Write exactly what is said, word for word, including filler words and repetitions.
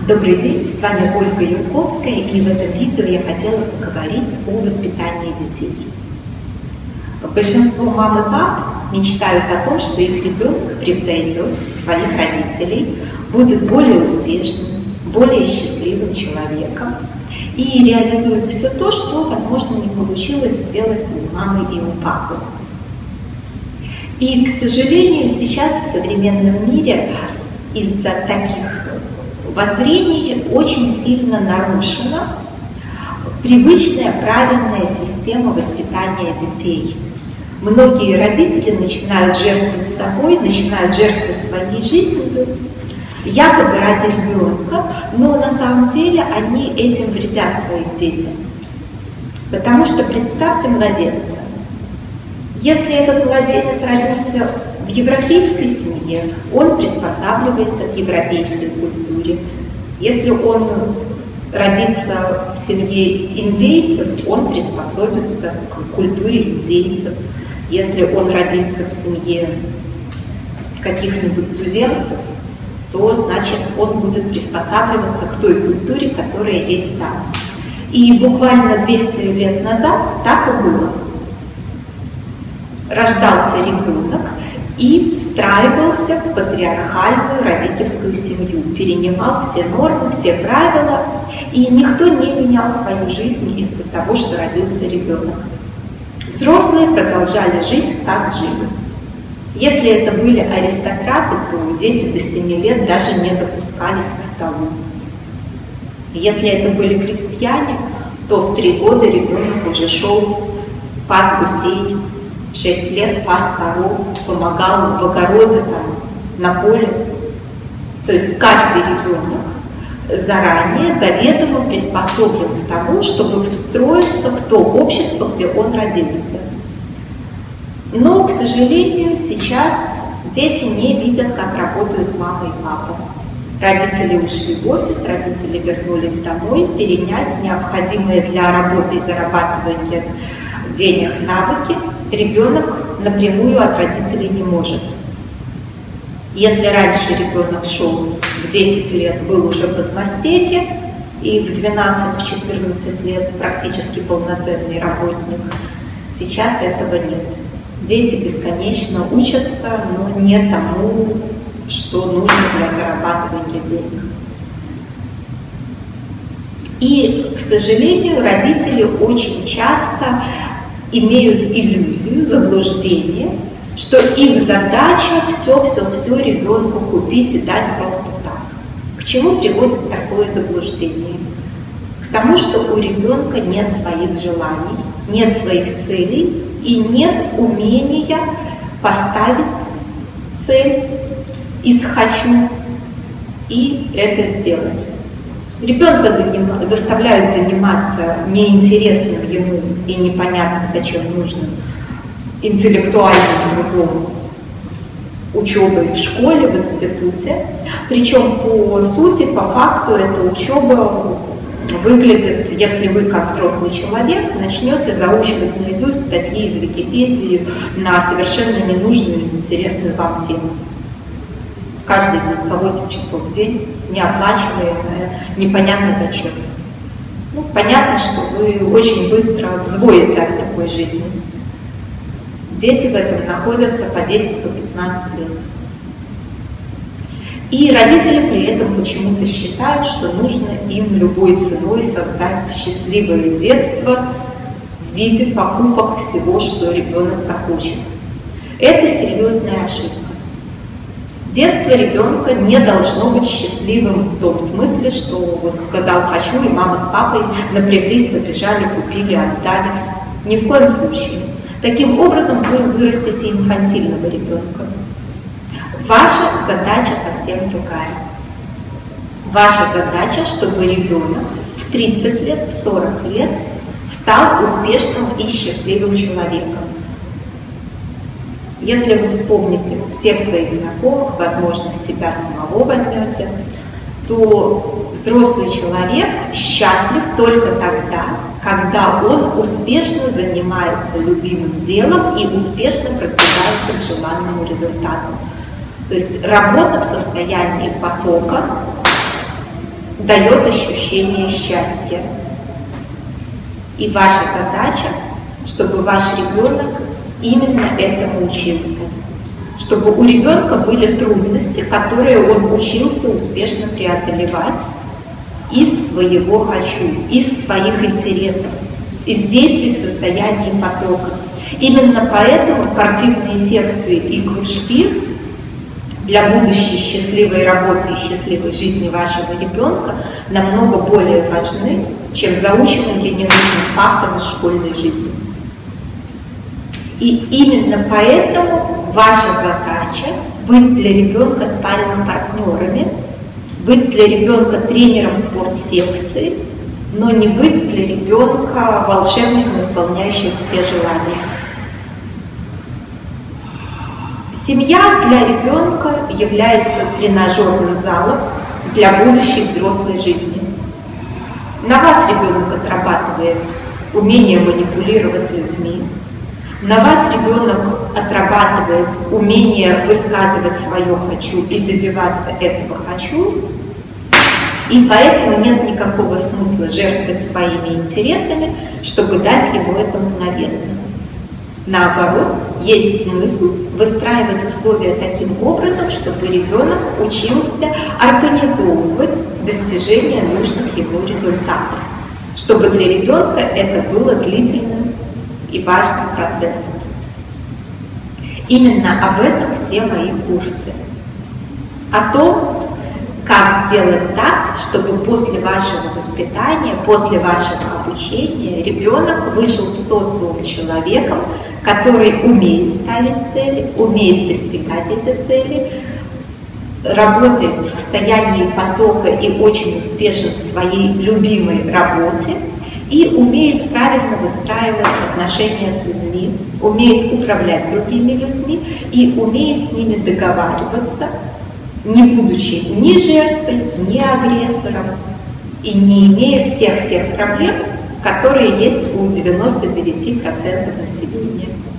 Добрый день, с вами Ольга Юрковская, и в этом видео я хотела поговорить о воспитании детей. Большинство мам и пап мечтают о том, что их ребенок превзойдет своих родителей, будет более успешным, более счастливым человеком и реализует все то, что, возможно, не получилось сделать у мамы и у папы. И, к сожалению, сейчас в современном мире из-за таких воззрений очень сильно нарушена привычная правильная система воспитания детей. Многие родители начинают жертвовать собой, начинают жертвовать своей жизнью, якобы ради ребенка, но на самом деле они этим вредят своим детям. Потому что представьте младенца. Если этот младенец родился в европейской семье, он приспосабливается к европейской культуре. Если он родится в семье индейцев, он приспособится к культуре индейцев. Если он родится в семье каких-нибудь туземцев, то значит он будет приспосабливаться к той культуре, которая есть там. И буквально двести лет назад так и было. Рождался ребенок и встраивался в патриархальную родительскую семью, перенимал все нормы, все правила, и никто не менял свою жизнь из-за того, что родился ребенок. Взрослые продолжали жить, как жили. Если это были аристократы, то дети до семи лет даже не допускались к столу. Если это были крестьяне, то в три года ребенок уже шел, пас гусей, в шесть лет пас коров, помогал в огороде, там, на поле. То есть каждый ребенок заранее, заведомо приспособлен к тому, чтобы встроиться в то общество, где он родился. Но, к сожалению, сейчас дети не видят, как работают мама и папа. Родители ушли в офис, родители вернулись домой, перенять необходимые для работы и зарабатывания денег навыки ребенок напрямую от родителей не может. Если раньше ребенок шел в десять лет, был уже подмастерье, и в двенадцать-четырнадцать лет практически полноценный работник, сейчас этого нет. Дети бесконечно учатся, но не тому, что нужно для зарабатывания денег. И, к сожалению, родители очень часто имеют иллюзию, заблуждение, что их задача все-все-все ребенку купить и дать просто так. К чему приводит такое заблуждение? К тому, что у ребенка нет своих желаний, нет своих целей и нет умения поставить цель из «хочу» и это сделать. Ребенка заним... заставляют заниматься неинтересным ему и непонятно зачем нужным интеллектуальным трудом, учебой в школе, в институте. Причем по сути, по факту, эта учеба выглядит, если вы как взрослый человек начнете заучивать наизусть статьи из Википедии на совершенно ненужную и неинтересную вам тему. Каждый день по восемь часов в день, неоплачиваемое, непонятно зачем. Ну, понятно, что вы очень быстро взвоите от такой жизни. Дети в этом находятся по десять-пятнадцать лет. И родители при этом почему-то считают, что нужно им любой ценой создать счастливое детство в виде покупок всего, что ребенок захочет. Это серьезная ошибка. Детство ребенка не должно быть счастливым в том смысле, что вот сказал «хочу», и мама с папой напряглись, побежали, купили, отдали. Ни в коем случае. Таким образом вы вырастите инфантильного ребенка. Ваша задача совсем другая. Ваша задача, чтобы ребенок в тридцать лет, в сорок лет стал успешным и счастливым человеком. Если вы вспомните всех своих знакомых, возможно, себя самого возьмете, то взрослый человек счастлив только тогда, когда он успешно занимается любимым делом и успешно продвигается к желанному результату. То есть работа в состоянии потока дает ощущение счастья. И ваша задача, чтобы ваш ребенок именно этому учился. Чтобы у ребенка были трудности, которые он учился успешно преодолевать из своего «хочу», из своих интересов, из действий в состоянии потока. Именно поэтому спортивные секции и кружки для будущей счастливой работы и счастливой жизни вашего ребенка намного более важны, чем заучивание ненужных фактов из школьной жизни. И именно поэтому ваша задача быть для ребенка спарринг-партнерами, быть для ребенка тренером спортсекции, но не быть для ребенка волшебником, исполняющим все желания. Семья для ребенка является тренажерным залом для будущей взрослой жизни. На вас ребенок отрабатывает умение манипулировать людьми. На вас ребенок отрабатывает умение высказывать свое «хочу» и добиваться этого «хочу». И поэтому нет никакого смысла жертвовать своими интересами, чтобы дать ему это мгновенно. Наоборот, есть смысл выстраивать условия таким образом, чтобы ребенок учился организовывать достижение нужных ему результатов, чтобы для ребенка это было длительным и важным процессом. Именно об этом все мои курсы. О том, как сделать так, чтобы после вашего воспитания, после вашего обучения ребенок вышел в социум человеком, который умеет ставить цели, умеет достигать эти цели, работает в состоянии потока и очень успешен в своей любимой работе, и умеет правильно выстраивать отношения с людьми, умеет управлять другими людьми и умеет с ними договариваться, не будучи ни жертвой, ни агрессором и не имея всех тех проблем, которые есть у девяноста девяти процентов населения.